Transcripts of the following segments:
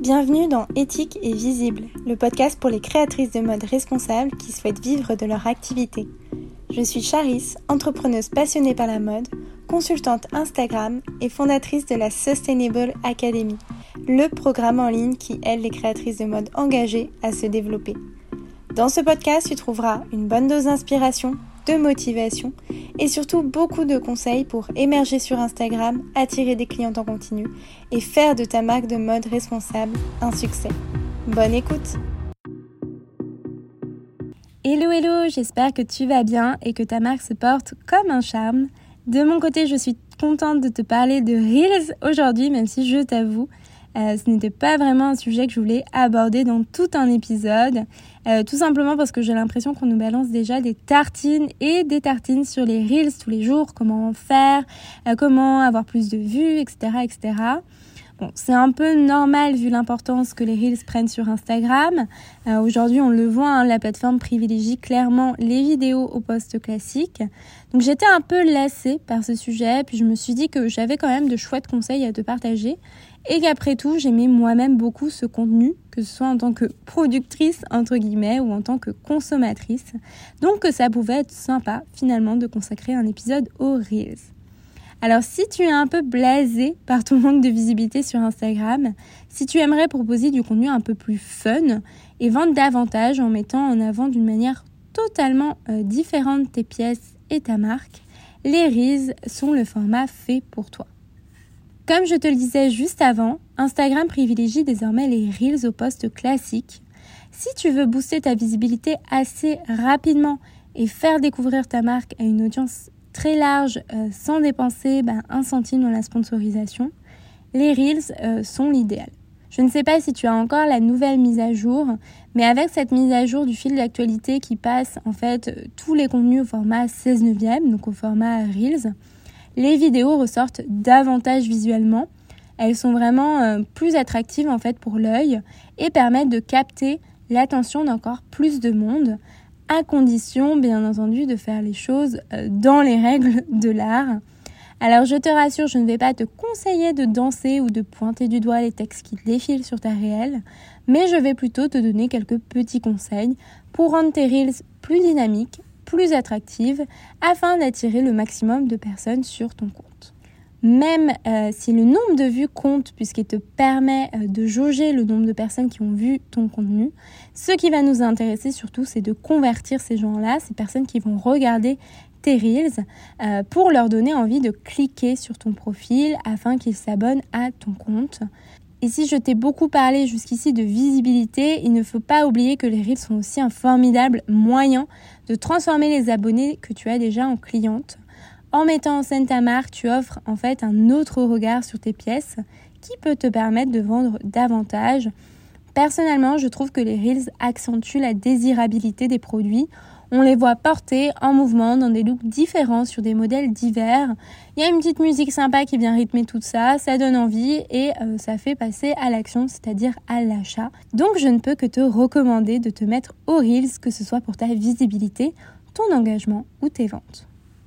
Bienvenue dans Éthique et Visible, le podcast pour les créatrices de mode responsables qui souhaitent vivre de leur activité. Je suis Charis, entrepreneuse passionnée par la mode, consultante Instagram et fondatrice de la Sustainable Academy, le programme en ligne qui aide les créatrices de mode engagées à se développer. Dans ce podcast, tu trouveras une bonne dose d'inspiration, de motivation et surtout beaucoup de conseils pour émerger sur Instagram, attirer des clientes en continu et faire de ta marque de mode responsable un succès. Bonne écoute! Hello, j'espère que tu vas bien et que ta marque se porte comme un charme. De mon côté, je suis contente de te parler de Reels aujourd'hui, même si je t'avoue, ce n'était pas vraiment un sujet que je voulais aborder dans tout un épisode, tout simplement parce que j'ai l'impression qu'on nous balance déjà des tartines et des tartines sur les Reels tous les jours, comment faire, comment avoir plus de vues, etc. Bon, c'est un peu normal vu l'importance que les Reels prennent sur Instagram. Aujourd'hui, on le voit, la plateforme privilégie clairement les vidéos aux posts classiques. Donc j'étais un peu lassée par ce sujet, puis je me suis dit que j'avais quand même de chouettes conseils à te partager et qu'après tout, j'aimais moi-même beaucoup ce contenu, que ce soit en tant que productrice, entre guillemets, ou en tant que consommatrice. Donc que ça pouvait être sympa, finalement, de consacrer un épisode aux Reels. Alors, si tu es un peu blasé par ton manque de visibilité sur Instagram, si tu aimerais proposer du contenu un peu plus fun et vendre davantage en mettant en avant d'une manière totalement différente tes pièces et ta marque, les Reels sont le format fait pour toi. Comme je te le disais juste avant, Instagram privilégie désormais les Reels aux posts classiques. Si tu veux booster ta visibilité assez rapidement et faire découvrir ta marque à une audience très large sans dépenser un centime dans la sponsorisation, les Reels sont l'idéal. Je ne sais pas si tu as encore la nouvelle mise à jour, mais avec cette mise à jour du fil d'actualité qui passe en fait tous les contenus au format 16/9, donc au format Reels, les vidéos ressortent davantage visuellement. Elles sont vraiment plus attractives en fait pour l'œil et permettent de capter l'attention d'encore plus de monde, à condition bien entendu de faire les choses dans les règles de l'art. Alors je te rassure, je ne vais pas te conseiller de danser ou de pointer du doigt les textes qui défilent sur ta réelle, mais je vais plutôt te donner quelques petits conseils pour rendre tes Reels plus dynamiques, plus attractive afin d'attirer le maximum de personnes sur ton compte. Même si le nombre de vues compte puisqu'il te permet de jauger le nombre de personnes qui ont vu ton contenu, ce qui va nous intéresser surtout c'est de convertir ces gens-là, ces personnes qui vont regarder tes Reels pour leur donner envie de cliquer sur ton profil afin qu'ils s'abonnent à ton compte. Et si je t'ai beaucoup parlé jusqu'ici de visibilité, il ne faut pas oublier que les Reels sont aussi un formidable moyen de transformer les abonnés que tu as déjà en clientes. En mettant en scène ta marque, tu offres en fait un autre regard sur tes pièces qui peut te permettre de vendre davantage. Personnellement, je trouve que les Reels accentuent la désirabilité des produits. On les voit porter en mouvement dans des looks différents sur des modèles divers. Il y a une petite musique sympa qui vient rythmer tout ça, ça donne envie et ça fait passer à l'action, c'est-à-dire à l'achat. Donc je ne peux que te recommander de te mettre aux Reels, que ce soit pour ta visibilité, ton engagement ou tes ventes.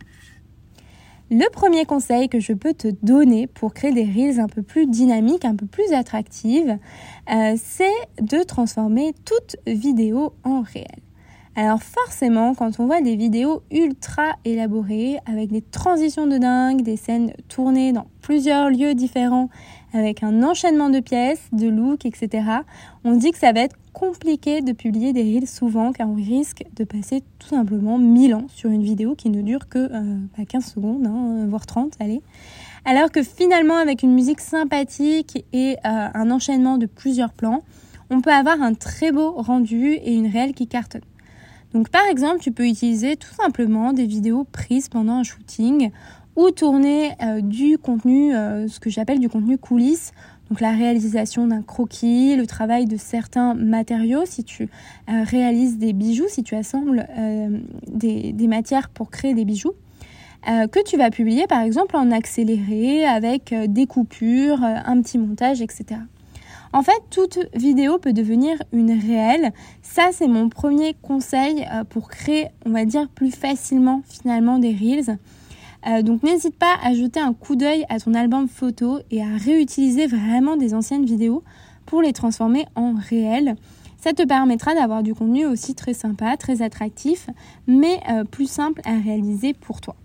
Le premier conseil que je peux te donner pour créer des Reels un peu plus dynamiques, un peu plus attractives, c'est de transformer toute vidéo en réel. Alors forcément, quand on voit des vidéos ultra élaborées, avec des transitions de dingue, des scènes tournées dans plusieurs lieux différents, avec un enchaînement de pièces, de looks, etc., on dit que ça va être compliqué de publier des Reels souvent, car on risque de passer tout simplement 1000 ans sur une vidéo qui ne dure que 15 secondes, voire 30, allez. Alors que finalement, avec une musique sympathique et un enchaînement de plusieurs plans, on peut avoir un très beau rendu et une réelle qui cartonne. Donc par exemple, tu peux utiliser tout simplement des vidéos prises pendant un shooting ou tourner du contenu, ce que j'appelle du contenu coulisses, donc la réalisation d'un croquis, le travail de certains matériaux, si tu réalises des bijoux, si tu assembles des matières pour créer des bijoux, que tu vas publier par exemple en accéléré avec des coupures, un petit montage, etc. En fait, toute vidéo peut devenir une réelle. Ça, c'est mon premier conseil pour créer, on va dire, plus facilement finalement des Reels. Donc n'hésite pas à jeter un coup d'œil à ton album photo et à réutiliser vraiment des anciennes vidéos pour les transformer en réels. Ça te permettra d'avoir du contenu aussi très sympa, très attractif, mais plus simple à réaliser pour toi.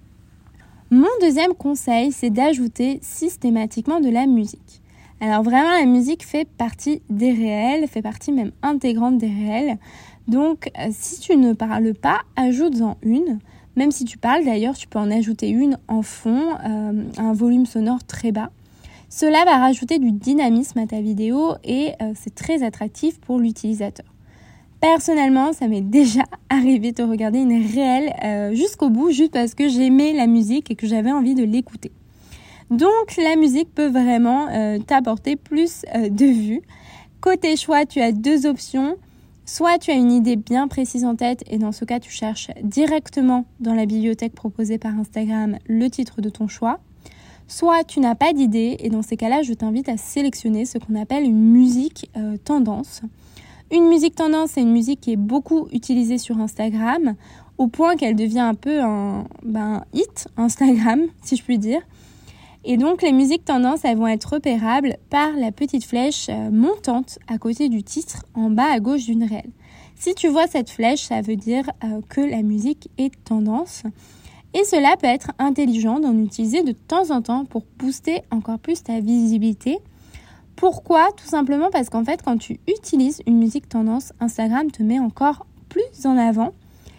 Mon deuxième conseil, c'est d'ajouter systématiquement de la musique. Alors vraiment, la musique fait partie des réels, fait partie même intégrante des réels. Donc si tu ne parles pas, ajoute-en une. Même si tu parles d'ailleurs, tu peux en ajouter une en fond, à un volume sonore très bas. Cela va rajouter du dynamisme à ta vidéo et c'est très attractif pour l'utilisateur. Personnellement, ça m'est déjà arrivé de regarder une réelle jusqu'au bout, juste parce que j'aimais la musique et que j'avais envie de l'écouter. Donc la musique peut vraiment t'apporter plus de vues. Côté choix, tu as deux options. Soit tu as une idée bien précise en tête et dans ce cas, tu cherches directement dans la bibliothèque proposée par Instagram le titre de ton choix. Soit tu n'as pas d'idée et dans ces cas-là, je t'invite à sélectionner ce qu'on appelle une musique tendance. Une musique tendance, c'est une musique qui est beaucoup utilisée sur Instagram au point qu'elle devient un peu un hit Instagram, si je puis dire. Et donc les musiques tendances, elles vont être repérables par la petite flèche montante à côté du titre en bas à gauche d'une réelle. Si tu vois cette flèche, ça veut dire que la musique est tendance. Et cela peut être intelligent d'en utiliser de temps en temps pour booster encore plus ta visibilité. Pourquoi ? Tout simplement parce qu'en fait, quand tu utilises une musique tendance, Instagram te met encore plus en avant.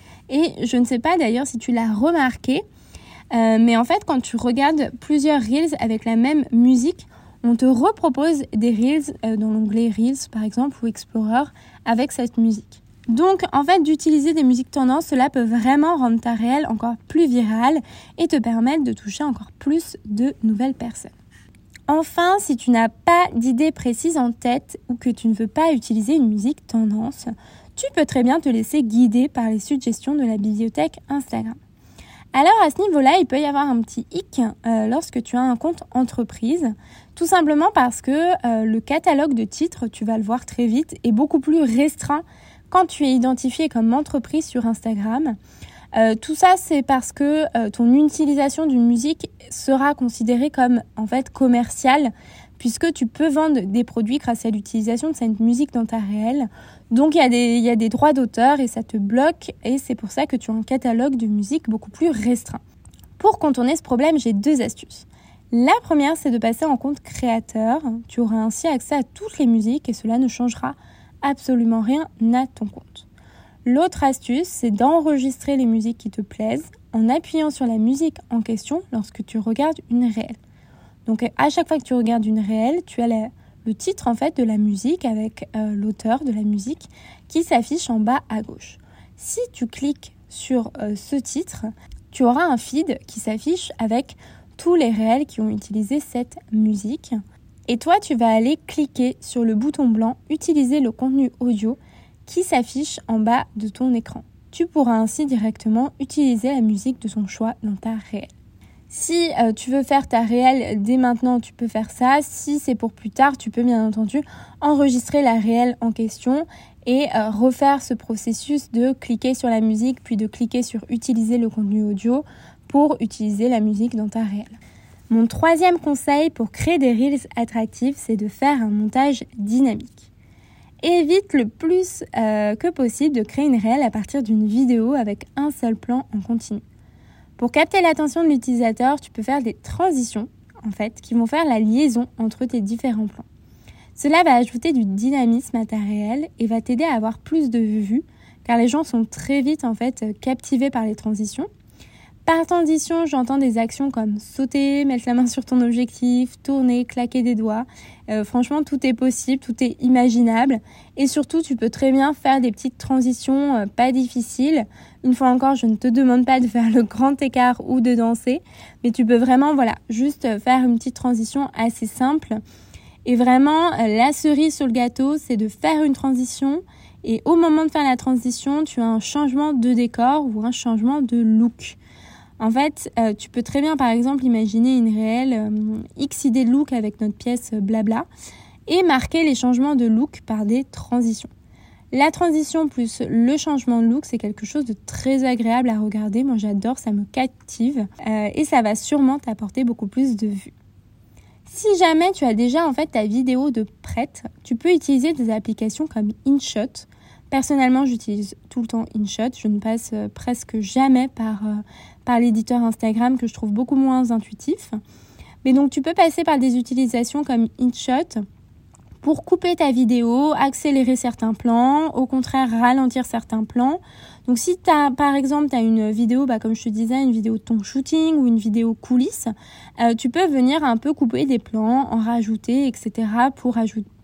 Et je ne sais pas d'ailleurs si tu l'as remarqué, mais en fait, quand tu regardes plusieurs Reels avec la même musique, on te repropose des Reels dans l'onglet Reels, par exemple, ou Explorer, avec cette musique. Donc, en fait, d'utiliser des musiques tendances, cela peut vraiment rendre ta réelle encore plus virale et te permettre de toucher encore plus de nouvelles personnes. Enfin, si tu n'as pas d'idée précise en tête ou que tu ne veux pas utiliser une musique tendance, tu peux très bien te laisser guider par les suggestions de la bibliothèque Instagram. Alors à ce niveau-là, il peut y avoir un petit hic lorsque tu as un compte entreprise, tout simplement parce que le catalogue de titres, tu vas le voir très vite, est beaucoup plus restreint quand tu es identifié comme entreprise sur Instagram. Tout ça, c'est parce que ton utilisation d'une musique sera considérée comme en fait commerciale, puisque tu peux vendre des produits grâce à l'utilisation de cette musique dans ta réelle. Donc il y a des droits d'auteur et ça te bloque et c'est pour ça que tu as un catalogue de musique beaucoup plus restreint. Pour contourner ce problème, j'ai deux astuces. La première, c'est de passer en compte créateur. Tu auras ainsi accès à toutes les musiques et cela ne changera absolument rien à ton compte. L'autre astuce, c'est d'enregistrer les musiques qui te plaisent en appuyant sur la musique en question lorsque tu regardes une réelle. Donc à chaque fois que tu regardes une réelle, tu as le titre en fait de la musique avec l'auteur de la musique qui s'affiche en bas à gauche. Si tu cliques sur ce titre, tu auras un feed qui s'affiche avec tous les réels qui ont utilisé cette musique. Et toi, tu vas aller cliquer sur le bouton blanc « Utiliser le contenu audio » qui s'affiche en bas de ton écran. Tu pourras ainsi directement utiliser la musique de ton choix dans ta réelle. Si tu veux faire ta réelle dès maintenant, tu peux faire ça. Si c'est pour plus tard, tu peux bien entendu enregistrer la réelle en question et refaire ce processus de cliquer sur la musique puis de cliquer sur utiliser le contenu audio pour utiliser la musique dans ta réelle. Mon troisième conseil pour créer des reels attractifs, c'est de faire un montage dynamique. Évite le plus que possible de créer une réelle à partir d'une vidéo avec un seul plan en continu. Pour capter l'attention de l'utilisateur, tu peux faire des transitions en fait, qui vont faire la liaison entre tes différents plans. Cela va ajouter du dynamisme à ta réelle et va t'aider à avoir plus de vues car les gens sont très vite en fait captivés par les transitions. Par transition, j'entends des actions comme sauter, mettre la main sur ton objectif, tourner, claquer des doigts. Franchement, tout est possible, tout est imaginable. Et surtout, tu peux très bien faire des petites transitions pas difficiles. Une fois encore, je ne te demande pas de faire le grand écart ou de danser, mais tu peux vraiment, juste faire une petite transition assez simple. Et vraiment, la cerise sur le gâteau, c'est de faire une transition. Et au moment de faire la transition, tu as un changement de décor ou un changement de look. En fait, tu peux très bien, par exemple, imaginer une réelle X idée de look avec notre pièce blabla et marquer les changements de look par des transitions. La transition plus le changement de look, c'est quelque chose de très agréable à regarder. Moi, j'adore, ça me captive et ça va sûrement t'apporter beaucoup plus de vues. Si jamais tu as déjà en fait ta vidéo de prête, tu peux utiliser des applications comme InShot. Personnellement, j'utilise tout le temps InShot. Je ne passe presque jamais par l'éditeur Instagram que je trouve beaucoup moins intuitif. Mais donc, tu peux passer par des utilisations comme InShot pour couper ta vidéo, accélérer certains plans, au contraire ralentir certains plans. Donc si par exemple tu as une vidéo, comme je te disais, une vidéo de ton shooting ou une vidéo coulisses, tu peux venir un peu couper des plans, en rajouter, etc. pour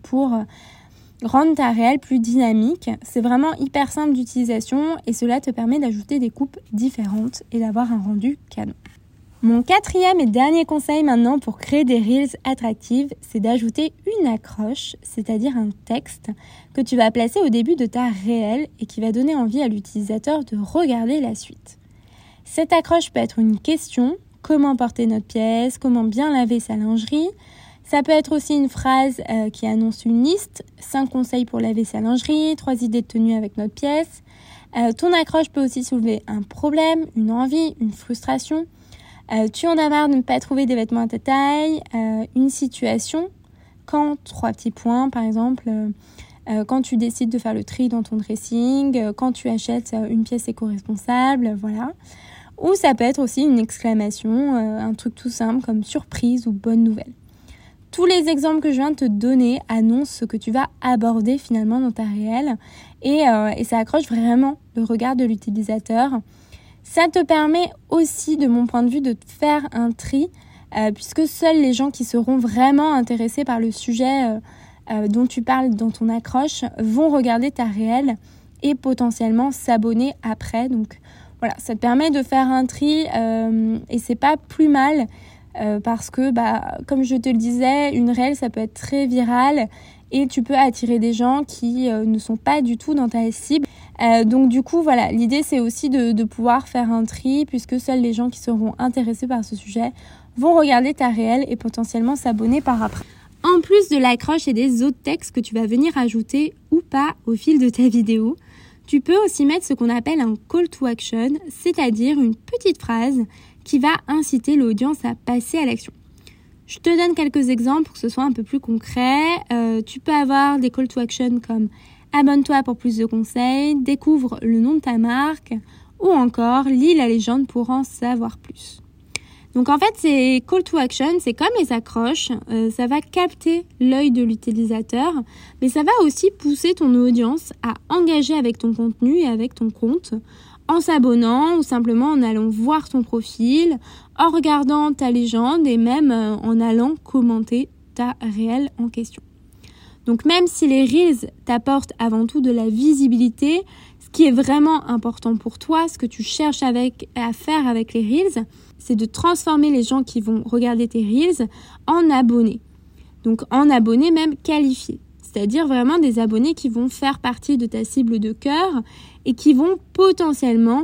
rendre ta réelle plus dynamique. C'est vraiment hyper simple d'utilisation et cela te permet d'ajouter des coupes différentes et d'avoir un rendu canon. Mon quatrième et dernier conseil maintenant pour créer des Reels attractives, c'est d'ajouter une accroche, c'est-à-dire un texte que tu vas placer au début de ta réelle et qui va donner envie à l'utilisateur de regarder la suite. Cette accroche peut être une question, comment porter notre pièce, comment bien laver sa lingerie. Ça peut être aussi une phrase qui annonce une liste, 5 conseils pour laver sa lingerie, 3 idées de tenue avec notre pièce. Ton accroche peut aussi soulever un problème, une envie, une frustration. Tu en as marre de ne pas trouver des vêtements à ta taille, une situation, quand, 3 petits points par exemple, quand tu décides de faire le tri dans ton dressing, quand tu achètes une pièce éco-responsable, voilà. Ou ça peut être aussi une exclamation, un truc tout simple comme surprise ou bonne nouvelle. Tous les exemples que je viens de te donner annoncent ce que tu vas aborder finalement dans ta réelle et ça accroche vraiment le regard de l'utilisateur. Ça te permet aussi, de mon point de vue, de faire un tri, puisque seuls les gens qui seront vraiment intéressés par le sujet dont tu parles dans ton accroche vont regarder ta réelle et potentiellement s'abonner après. Donc voilà, ça te permet de faire un tri et c'est pas plus mal parce que, comme je te le disais, une réelle, ça peut être très viral et tu peux attirer des gens qui ne sont pas du tout dans ta cible. Donc du coup, voilà, l'idée c'est aussi de pouvoir faire un tri puisque seuls les gens qui seront intéressés par ce sujet vont regarder ta réelle et potentiellement s'abonner par après. En plus de l'accroche et des autres textes que tu vas venir ajouter ou pas au fil de ta vidéo, tu peux aussi mettre ce qu'on appelle un call to action, c'est-à-dire une petite phrase qui va inciter l'audience à passer à l'action. Je te donne quelques exemples pour que ce soit un peu plus concret. Tu peux avoir des call to action comme abonne-toi pour plus de conseils, découvre le nom de ta marque ou encore lis la légende pour en savoir plus. Donc en fait, ces call to action, c'est comme les accroches, ça va capter l'œil de l'utilisateur, mais ça va aussi pousser ton audience à engager avec ton contenu et avec ton compte en s'abonnant ou simplement en allant voir ton profil, en regardant ta légende et même en allant commenter ta réelle en question. Donc même si les Reels t'apportent avant tout de la visibilité, ce qui est vraiment important pour toi, ce que tu cherches à faire avec les Reels, c'est de transformer les gens qui vont regarder tes Reels en abonnés. Donc en abonnés même qualifiés. C'est-à-dire vraiment des abonnés qui vont faire partie de ta cible de cœur et qui vont potentiellement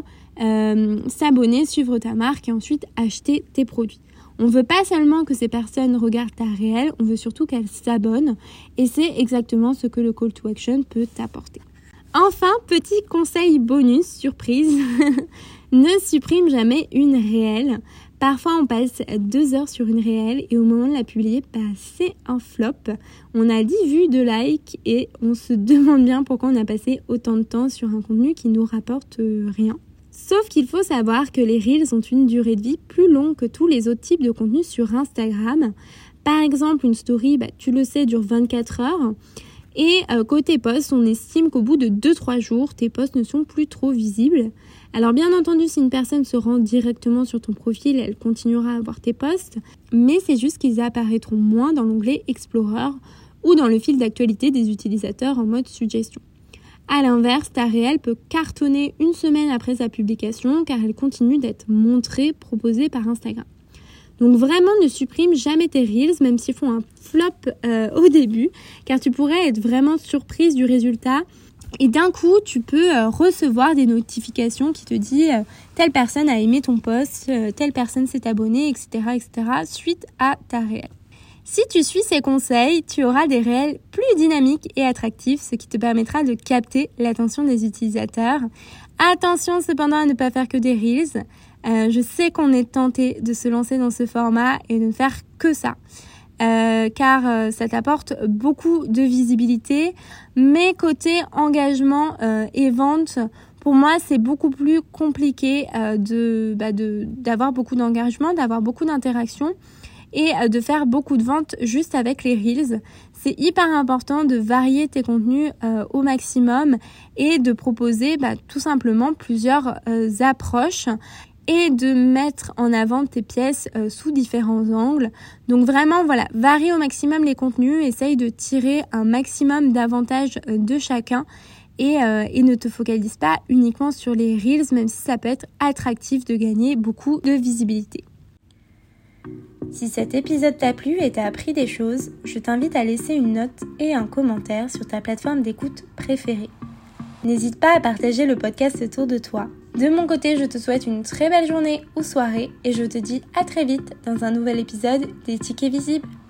s'abonner, suivre ta marque et ensuite acheter tes produits. On ne veut pas seulement que ces personnes regardent ta réelle, on veut surtout qu'elles s'abonnent et c'est exactement ce que le call to action peut t'apporter. Enfin, petit conseil bonus, surprise, ne supprime jamais une réelle. Parfois, on passe 2 heures sur une réelle et au moment de la publier, c'est un flop. On a 10 vues, 2 likes et on se demande bien pourquoi on a passé autant de temps sur un contenu qui nous rapporte rien. Sauf qu'il faut savoir que les Reels ont une durée de vie plus longue que tous les autres types de contenus sur Instagram. Par exemple, une story, tu le sais, dure 24 heures. Et côté posts, on estime qu'au bout de 2-3 jours, tes posts ne sont plus trop visibles. Alors bien entendu, si une personne se rend directement sur ton profil, elle continuera à voir tes posts, mais c'est juste qu'ils apparaîtront moins dans l'onglet Explorer ou dans le fil d'actualité des utilisateurs en mode suggestion. A l'inverse, ta réelle peut cartonner 1 semaine après sa publication car elle continue d'être montrée, proposée par Instagram. Donc vraiment, ne supprime jamais tes Reels, même s'ils font un flop au début, car tu pourrais être vraiment surprise du résultat. Et d'un coup, tu peux recevoir des notifications qui te disent telle personne a aimé ton post, telle personne s'est abonnée, etc., etc., suite à ta réelle. Si tu suis ces conseils, tu auras des réels plus dynamiques et attractifs, ce qui te permettra de capter l'attention des utilisateurs. Attention cependant à ne pas faire que des Reels. Je sais qu'on est tenté de se lancer dans ce format et de ne faire que ça. car ça t'apporte beaucoup de visibilité. Mais côté engagement et vente, pour moi, c'est beaucoup plus compliqué d'avoir beaucoup d'engagement, d'avoir beaucoup d'interactions et de faire beaucoup de ventes juste avec les Reels. C'est hyper important de varier tes contenus au maximum et de proposer tout simplement plusieurs approches et de mettre en avant tes pièces sous différents angles. Donc vraiment, voilà, varie au maximum les contenus, essaye de tirer un maximum d'avantages de chacun et ne te focalise pas uniquement sur les Reels, même si ça peut être attractif de gagner beaucoup de visibilité. Si cet épisode t'a plu et t'a appris des choses, je t'invite à laisser une note et un commentaire sur ta plateforme d'écoute préférée. N'hésite pas à partager le podcast autour de toi. De mon côté, je te souhaite une très belle journée ou soirée et je te dis à très vite dans un nouvel épisode des Tickets Visibles.